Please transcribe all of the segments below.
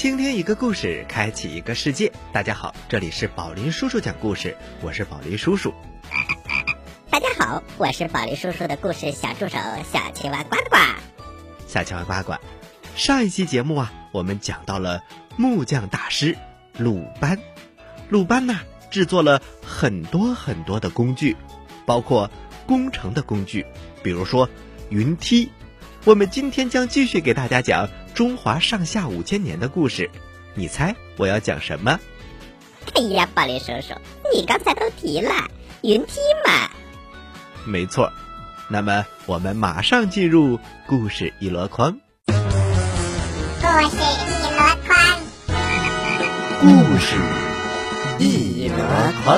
倾听一个故事，开启一个世界。大家好，这里是宝林叔叔讲故事，我是宝林叔叔。 大家好，我是宝林叔叔的故事小助手小青蛙呱呱。 小青蛙呱呱，上一期节目我们讲到了木匠大师鲁班。鲁班制作了很多的工具，包括工程的工具，比如说云梯。我们今天将继续给大家讲中华上下5000年的故事，你猜我要讲什么？ 哎呀，宝林叔叔，你刚才都提了云梯嘛。 没错，那么我们马上进入故事一箩筐。 故事一箩筐， 故事一箩筐。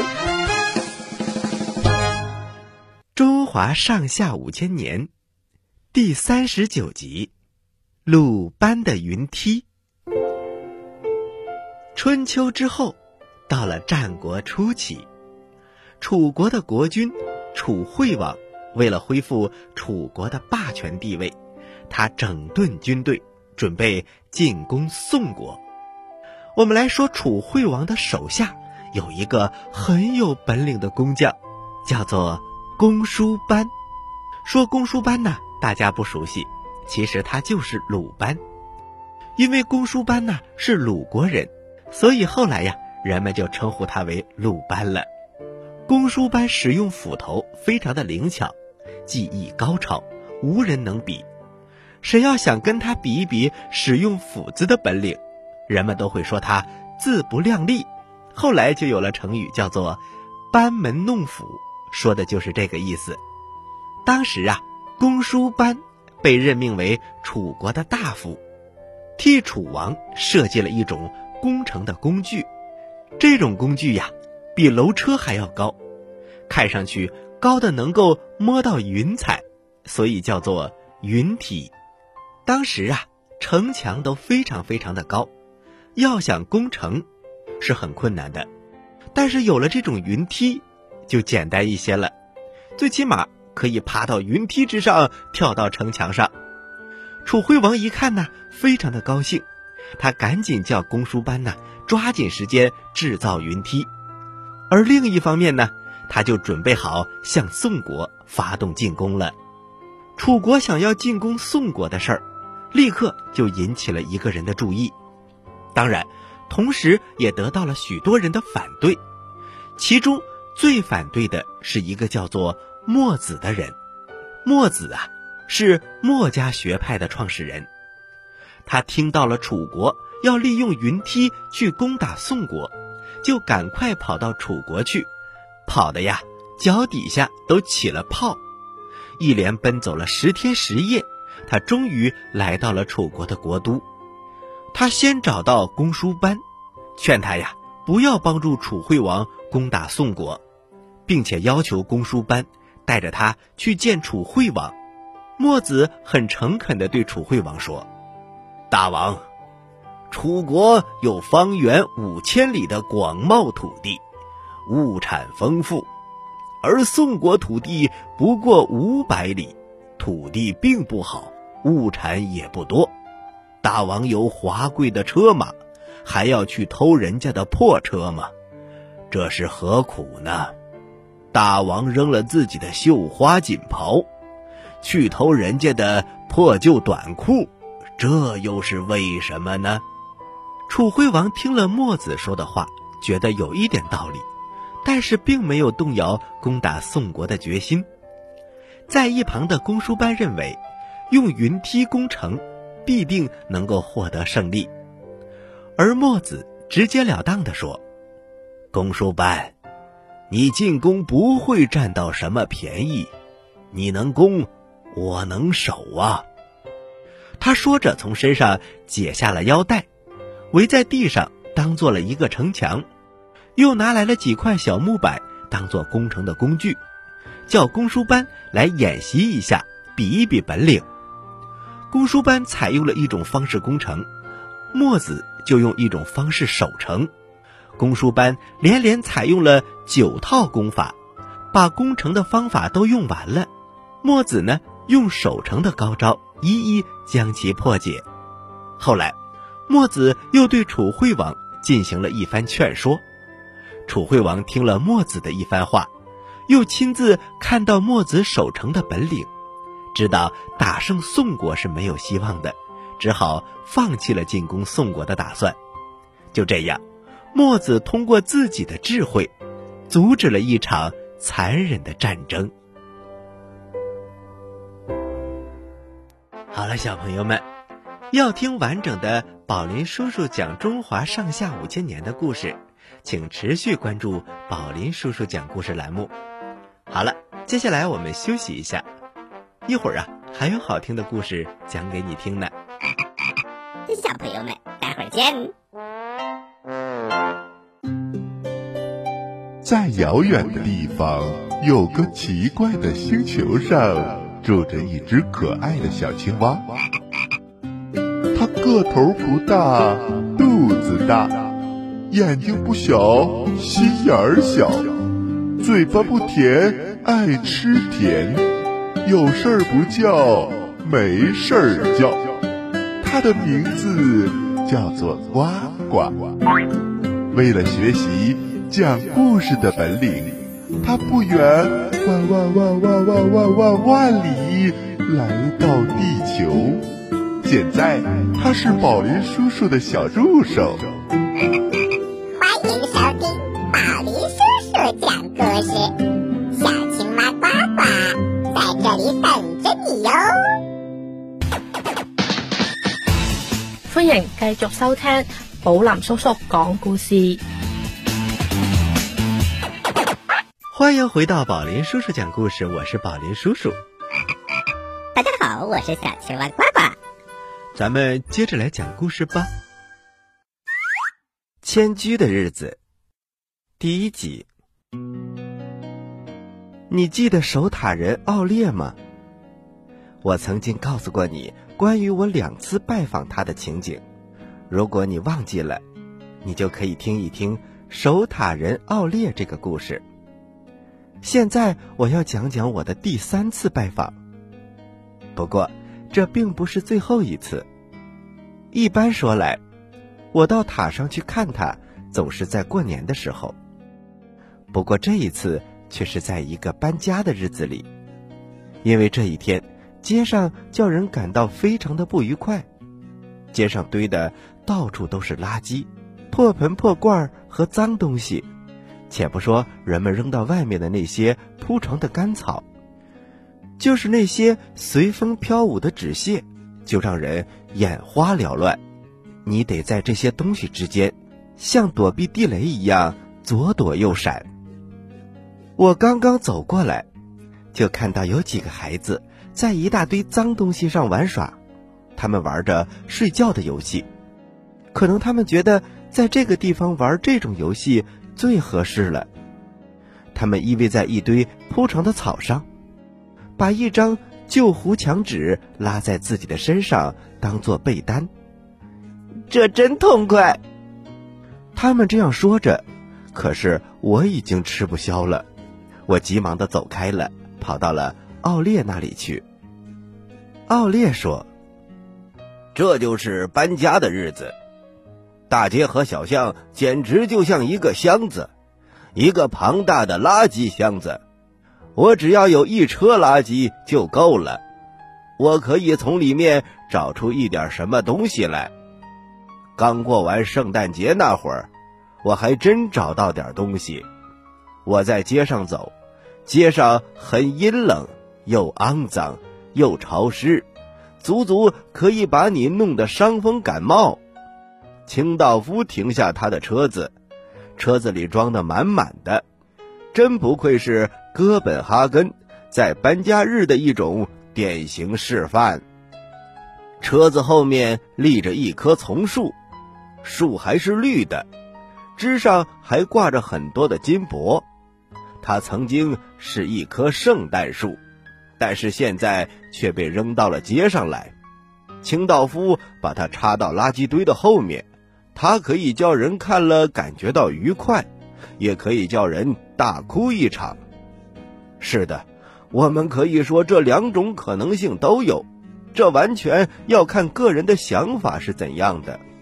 中华上下5000年第39集，鲁班的云梯。春秋之后，到了战国初期，楚国的国君楚惠王为了恢复楚国的霸权地位，他整顿军队，准备进攻宋国。我们来说楚惠王的手下有一个很有本领的工匠，叫做公输班。说公输班大家不熟悉，其实他就是鲁班。因为公输班是鲁国人，所以后来人们就称呼他为鲁班了。公输班使用斧头非常的灵巧，技艺高超，无人能比。谁要想跟他比一比使用斧子的本领，人们都会说他自不量力。后来就有了成语叫做班门弄斧，说的就是这个意思。当时公输班被任命为楚国的大夫，替楚王设计了一种工程的工具。这种工具比楼车还要高，看上去高的能够摸到云彩，所以叫做云梯。当时城墙都非常的高，要想攻城是很困难的，但是有了这种云梯就简单一些了，最起码可以爬到云梯之上，跳到城墙上。楚惠王一看非常的高兴，他赶紧叫公输班抓紧时间制造云梯。而另一方面他就准备好向宋国发动进攻了。楚国想要进攻宋国的事儿，立刻就引起了一个人的注意，当然同时也得到了许多人的反对。其中最反对的是一个叫做墨子的人。墨子是墨家学派的创始人。他听到了楚国要利用云梯去攻打宋国，就赶快跑到楚国去，跑的脚底下都起了泡。一连奔走了10天10夜，他终于来到了楚国的国都。他先找到公输班，劝他不要帮助楚惠王攻打宋国，并且要求公输班带着他去见楚惠王。墨子很诚恳地对楚惠王说：大王，楚国有方圆5000里的广袤土地，物产丰富，而宋国土地不过500里，土地并不好，物产也不多。大王有华贵的车马，还要去偷人家的破车吗？这是何苦呢？大王扔了自己的绣花锦袍，去偷人家的破旧短裤，这又是为什么呢？楚惠王听了墨子说的话，觉得有一点道理，但是并没有动摇攻打宋国的决心。在一旁的公输班认为，用云梯攻城必定能够获得胜利，而墨子直截了当地说：公输班，你进攻不会占到什么便宜，你能攻，我能守啊。他说着从身上解下了腰带，围在地上当做了一个城墙，又拿来了几块小木板当做攻城的工具，叫公输班来演习一下，比一比本领。公输班采用了一种方式攻城，墨子就用一种方式守城。公输班连连采用了9套攻法，把攻城的方法都用完了。墨子用守城的高招一一将其破解。后来墨子又对楚惠王进行了一番劝说。楚惠王听了墨子的一番话，又亲自看到墨子守城的本领，知道打胜宋国是没有希望的，只好放弃了进攻宋国的打算。就这样，墨子通过自己的智慧，阻止了一场残忍的战争。好了，小朋友们，要听完整的宝林叔叔讲中华上下5000年的故事，请持续关注宝林叔叔讲故事栏目。好了，接下来我们休息一下，一会儿还有好听的故事讲给你听呢。 小朋友们，待会儿见。 在遥远的地方，有个奇怪的星球上，住着一只可爱的小青蛙。它个头不大，肚子大，眼睛不小，心眼儿小，嘴巴不甜，爱吃甜，有事儿不叫，没事儿叫。它的名字叫做呱呱。为了学习讲故事的本领，它不远万里来到地球。现在它是宝林叔叔的小助手。 欢迎收听宝林叔叔讲故事，小青蛙呱呱在这里等着你哟。 歡迎繼續收聽寶林叔叔講故事。 歡迎回到寶林叔叔講故事，我是寶林叔叔。 大家好，我是小青蛙呱呱。 咱们接着来讲故事吧。迁居的日子，第1集。你记得守塔人奥列吗？我曾经告诉过你关于我2次拜访他的情景，如果你忘记了，你就可以听一听守塔人奥列这个故事。现在我要讲讲我的第3次拜访，不过这并不是最后一次。一般说来，我到塔上去看他总是在过年的时候，不过这一次却是在一个搬家的日子里，因为这一天街上叫人感到非常的不愉快，街上堆的到处都是垃圾、破盆破罐和脏东西，且不说人们扔到外面的那些铺床的干草，就是那些随风飘舞的纸屑，就让人眼花缭乱。你得在这些东西之间像躲避地雷一样左躲右闪。我刚刚走过来，就看到有几个孩子在一大堆脏东西上玩耍，他们玩着睡觉的游戏，可能他们觉得在这个地方玩这种游戏最合适了。他们依偎在一堆铺床的草上，把一张旧糊墙纸拉在自己的身上当作被单，这真痛快。他们这样说着，可是我已经吃不消了，我急忙地走开了，跑到了奥列那里去。奥列说，这就是搬家的日子，大街和小巷简直就像一个箱子，一个庞大的垃圾箱子，我只要有1车垃圾就够了，我可以从里面找出一点什么东西来。刚过完圣诞节那会儿，我还真找到点东西。我在街上走，街上很阴冷，又肮脏又潮湿，足足可以把你弄得伤风感冒。清道夫停下他的车子，车子里装得满满的，真不愧是哥本哈根在搬家日的一种典型示范。车子后面立着一棵丛树，树还是绿的，枝上还挂着很多的金箔。它曾经是一棵圣诞树，但是现在却被扔到了街上来。清道夫把它插到垃圾堆的后面，它可以叫人看了感觉到愉快，也可以叫人大哭一场。是的，我们可以说这2种可能性都有，这完全要看个人的想法是怎样的。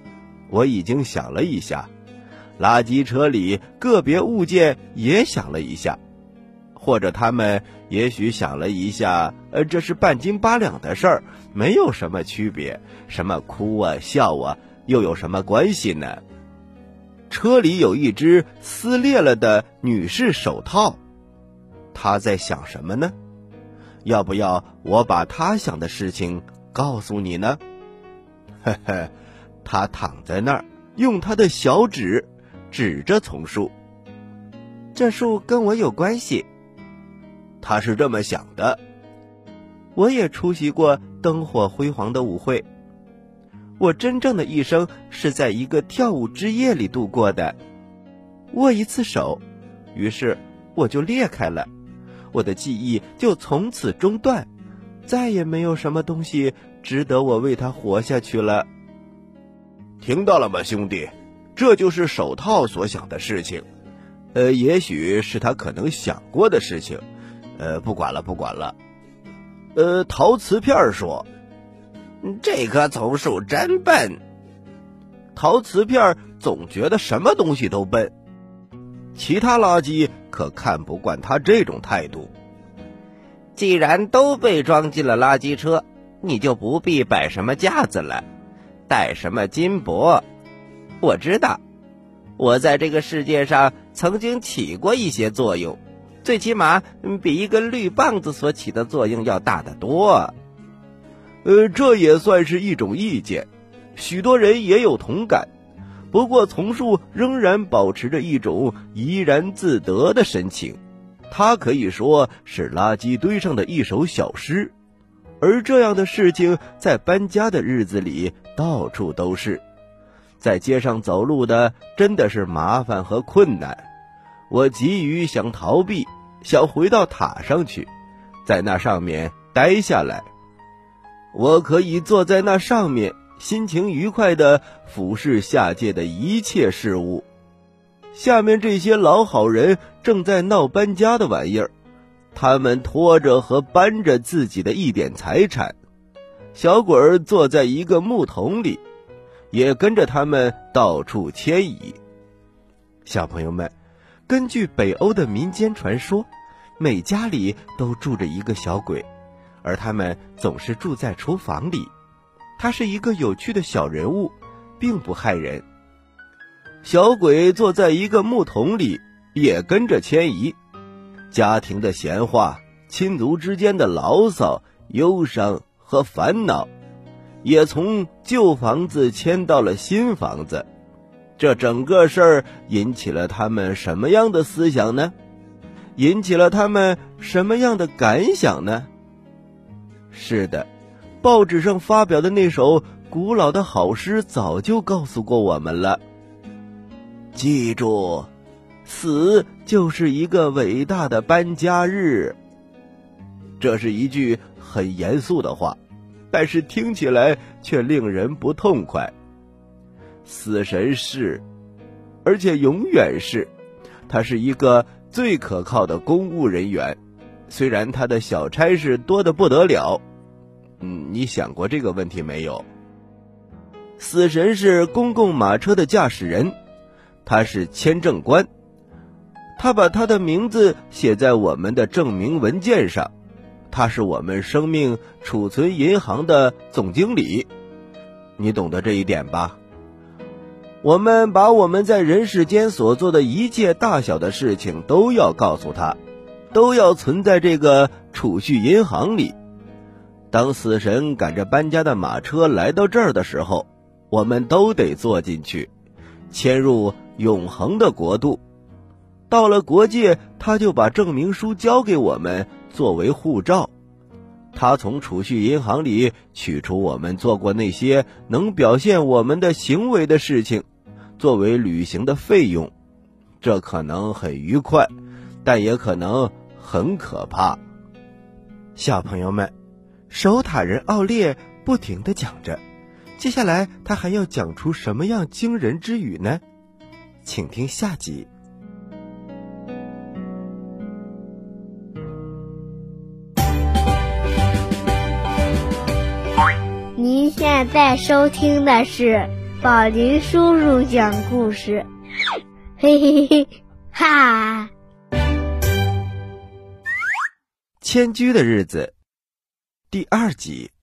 我已经想了一下，垃圾车里个别物件也想了一下，或者他们也许想了一下，这是半斤八两的事儿，没有什么区别，什么哭啊笑啊，又有什么关系呢？车里有一只撕裂了的女士手套，他在想什么呢？要不要我把他想的事情告诉你呢？呵呵，他躺在那儿，用他的小指指着丛树。这树跟我有关系。他是这么想的。我也出席过灯火辉煌的舞会。我真正的一生是在一个跳舞之夜里度过的。握一次手，于是我就裂开了，我的记忆就从此中断，再也没有什么东西值得我为它活下去了。听到了吗，兄弟？这就是手套所想的事情。也许是他可能想过的事情。不管了。陶瓷片说， 这棵丛树真笨。 陶瓷片总觉得什么东西都笨，其他垃圾可看不惯他这种态度。 既然都被装进了垃圾车，你就不必摆什么架子了，戴什么金箔。我知道，我在这个世界上曾经起过一些作用，最起码比一根绿棒子所起的作用要大得多。 这也算是一种意见，许多人也有同感。不过丛树仍然保持着一种怡然自得的神情，它可以说是垃圾堆上的一首小诗。而这样的事情在搬家的日子里到处都是，在街上走路的真的是麻烦和困难。我急于想逃避，想回到塔上去，在那上面待下来。我可以坐在那上面，心情愉快地俯视下界的一切事物。下面这些老好人正在闹搬家的玩意儿，他们拖着和搬着自己的一点财产。小鬼儿坐在一个木桶里，也跟着他们到处迁移。小朋友们，根据北欧的民间传说，每家里都住着一个小鬼，而他们总是住在厨房里。他是一个有趣的小人物，并不害人。小鬼坐在一个木桶里，也跟着迁移。家庭的闲话，亲族之间的牢骚、忧伤和烦恼，也从旧房子迁到了新房子。这整个事儿引起了他们什么样的思想呢？引起了他们什么样的感想呢？是的，报纸上发表的那首古老的好诗早就告诉过我们了。记住，死就是一个伟大的搬家日。这是一句很严肃的话，但是听起来却令人不痛快。死神是，而且永远是，他是一个最可靠的公务人员，虽然他的小差事多得不得了。你想过这个问题没有？死神是公共马车的驾驶人，他是签证官，他把他的名字写在我们的证明文件上，他是我们生命储存银行的总经理。你懂得这一点吧？我们把我们在人世间所做的一切大小的事情都要告诉他，都要存在这个储蓄银行里。当死神赶着搬家的马车来到这儿的时候，我们都得坐进去，迁入永恒的国度。到了国界，他就把证明书交给我们作为护照。他从储蓄银行里取出我们做过那些能表现我们的行为的事情，作为旅行的费用。这可能很愉快，但也可能很可怕。小朋友们，守塔人奥列不停地讲着，接下来他还要讲出什么样惊人之语呢？请听下集。 您现在收听的是宝林叔叔讲故事，嘿嘿嘿，哈！ 迁居的日子第2集。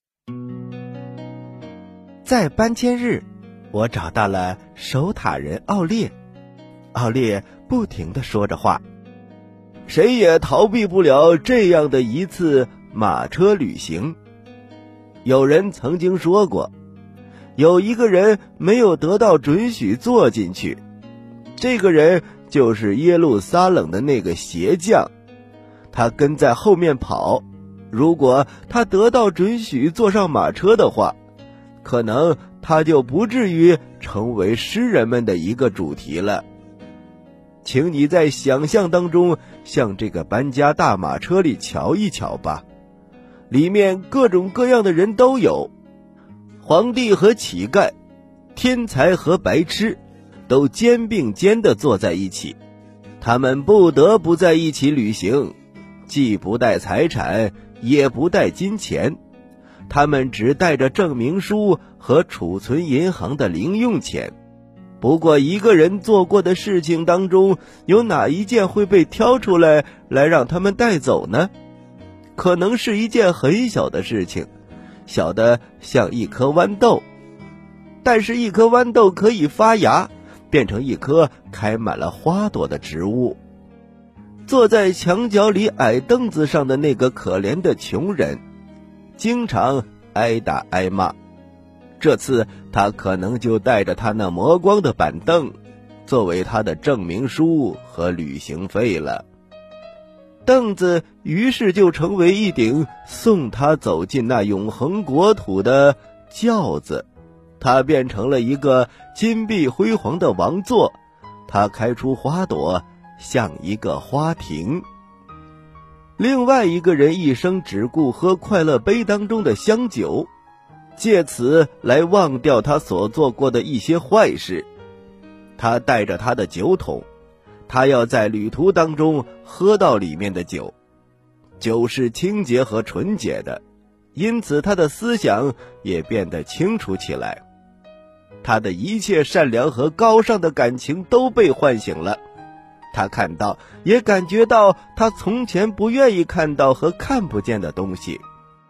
在搬迁日，我找到了守塔人奥列。奥列不停地说着话，谁也逃避不了这样的一次马车旅行。有人曾经说过，有一个人没有得到准许坐进去，这个人就是耶路撒冷的那个鞋匠。他跟在后面跑，如果他得到准许坐上马车的话，可能他就不至于成为诗人们的一个主题了。请你在想象当中向这个搬家大马车里瞧一瞧吧，里面各种各样的人都有，皇帝和乞丐，天才和白痴，都肩并肩地坐在一起。他们不得不在一起旅行，既不带财产，也不带金钱，他们只带着证明书和储存银行的零用钱。不过一个人做过的事情当中，有哪一件会被挑出来让他们带走呢？可能是一件很小的事情，小的像一颗豌豆，但是一颗豌豆可以发芽，变成一棵开满了花朵的植物。坐在墙角里矮凳子上的那个可怜的穷人，经常挨打挨骂，这次他可能就带着他那磨光的板凳，作为他的证明书和旅行费了。凳子于是就成为一顶送他走进那永恒国土的轿子，它变成了一个金碧辉煌的王座，它开出花朵，像一个花亭。另外一个人一生只顾喝快乐杯当中的香酒，借此来忘掉他所做过的一些坏事。他带着他的酒桶，他要在旅途当中喝到里面的酒。酒是清洁和纯洁的，因此他的思想也变得清楚起来。他的一切善良和高尚的感情都被唤醒了。他看到也感觉到他从前不愿意看到和看不见的东西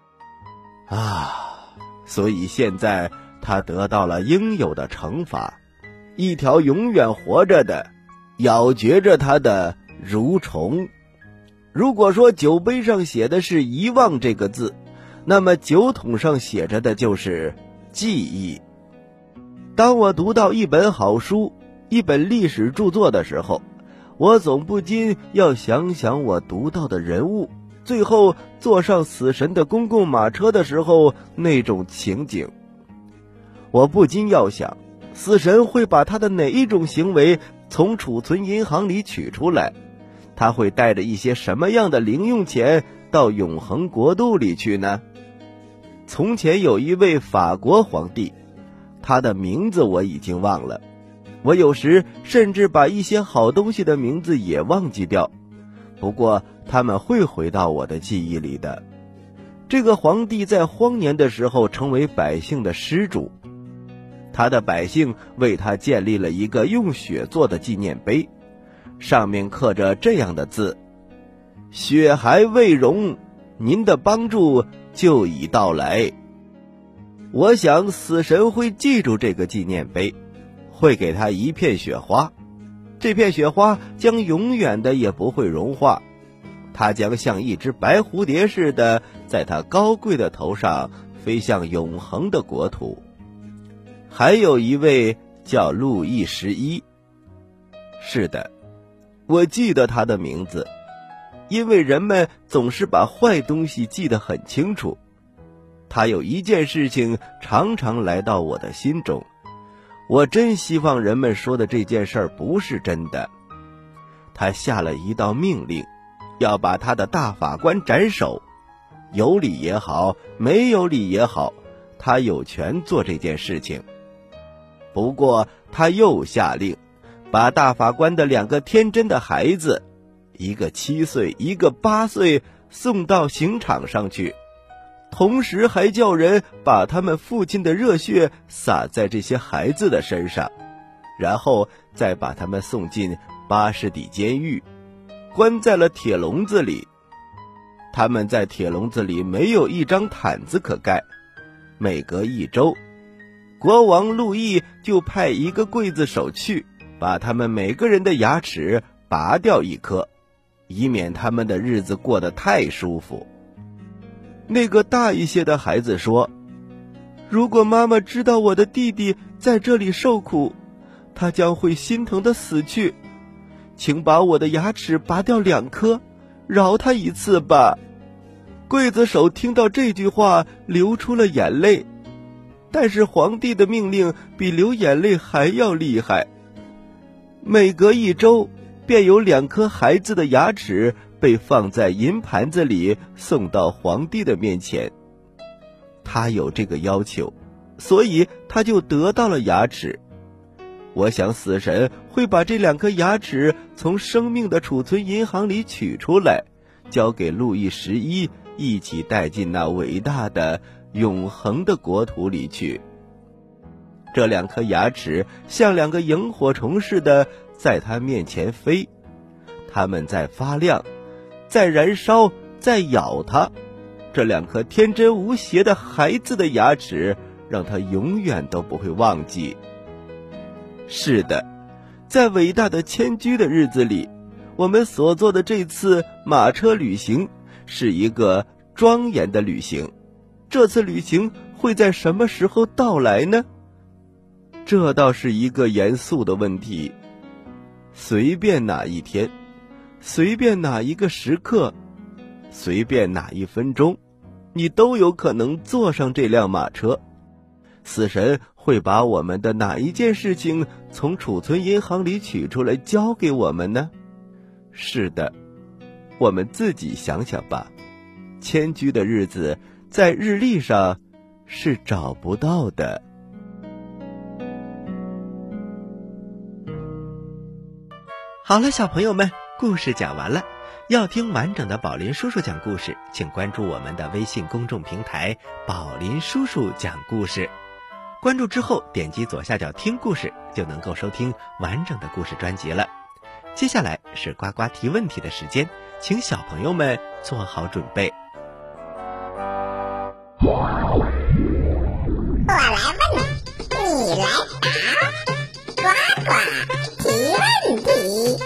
所以现在他得到了应有的惩罚，一条永远活着的咬嚼着他的蠕虫。如果说酒杯上写的是遗忘这个字，那么酒桶上写着的就是记忆。当我读到一本好书，一本历史著作的时候，我总不禁要想想我读到的人物最后坐上死神的公共马车的时候那种情景。我不禁要想，死神会把他的哪一种行为从储存银行里取出来，他会带着一些什么样的零用钱到永恒国度里去呢？从前有一位法国皇帝，他的名字我已经忘了，我有时甚至把一些好东西的名字也忘记掉，不过他们会回到我的记忆里的。这个皇帝在荒年的时候成为百姓的施主，他的百姓为他建立了一个用血做的纪念碑，上面刻着这样的字：血还未融，您的帮助就已到来。我想死神会记住这个纪念碑，会给他一片雪花，这片雪花将永远的也不会融化，它将像一只白蝴蝶似的在他高贵的头上飞向永恒的国土。还有一位叫路易11，是的，我记得他的名字，因为人们总是把坏东西记得很清楚。他有一件事情常常来到我的心中，我真希望人们说的这件事儿不是真的。他下了一道命令，要把他的大法官斩首，有理也好，没有理也好，他有权做这件事情。不过他又下令把大法官的2个天真的孩子，一个7岁，一个8岁，送到刑场上去， 同时还叫人把他们父亲的热血洒在这些孩子的身上，然后再把他们送进巴士底监狱，关在了铁笼子里。他们在铁笼子里没有一张毯子可盖，每隔1周，国王路易就派一个刽子手去，把他们每个人的牙齿拔掉1颗，以免他们的日子过得太舒服。那个大一些的孩子说，如果妈妈知道我的弟弟在这里受苦，他将会心疼的死去，请把我的牙齿拔掉2颗，饶他一次吧。刽子手听到这句话流出了眼泪，但是皇帝的命令比流眼泪还要厉害。每隔1周，便有2颗孩子的牙齿被放在银盘子里送到皇帝的面前。他有这个要求，所以他就得到了牙齿。我想死神会把这2颗牙齿从生命的储存银行里取出来，交给路易11，一起带进那伟大的永恒的国土里去。这2颗牙齿像2个萤火虫似的在他面前飞，它们在发亮，在燃烧，在咬他。这2颗天真无邪的孩子的牙齿让他永远都不会忘记。是的，在伟大的迁居的日子里，我们所做的这次马车旅行是一个庄严的旅行。这次旅行会在什么时候到来呢？这倒是一个严肃的问题。随便哪一天，随便哪一个时刻，随便哪1分钟，你都有可能坐上这辆马车。死神会把我们的哪一件事情从储存银行里取出来交给我们呢？是的，我们自己想想吧。迁居的日子在日历上是找不到的。 好了，小朋友们，故事讲完了。要听完整的宝林叔叔讲故事，请关注我们的微信公众平台宝林叔叔讲故事。关注之后点击左下角听故事，就能够收听完整的故事专辑了。接下来是呱呱提问题的时间，请小朋友们做好准备。 我来问，你来答，呱呱提问题。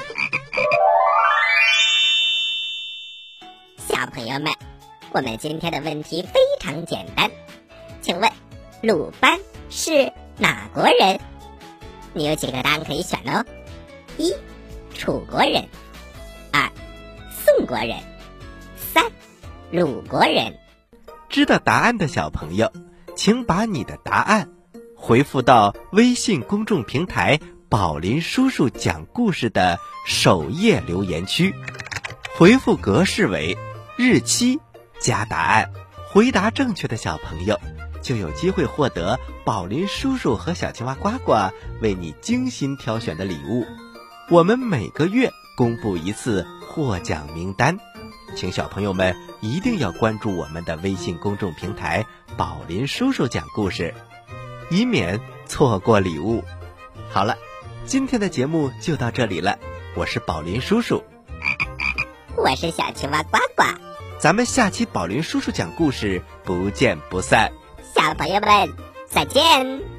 小朋友们，我们今天的问题非常简单，请问鲁班是哪国人？你有几个答案可以选哦。1. 楚国人， 2. 宋国人， 3. 鲁国人。 知道答案的小朋友，请把你的答案回复到微信公众平台宝林叔叔讲故事的首页留言区，回复格式为日期加答案。回答正确的小朋友就有机会获得宝林叔叔和小青蛙呱呱为你精心挑选的礼物。我们每个月公布一次获奖名单，请小朋友们一定要关注我们的微信公众平台宝林叔叔讲故事，以免错过礼物。好了，今天的节目就到这里了，我是宝林叔叔， 我是小青蛙呱呱， 咱们下期宝林叔叔讲故事不见不散。 小朋友们再见。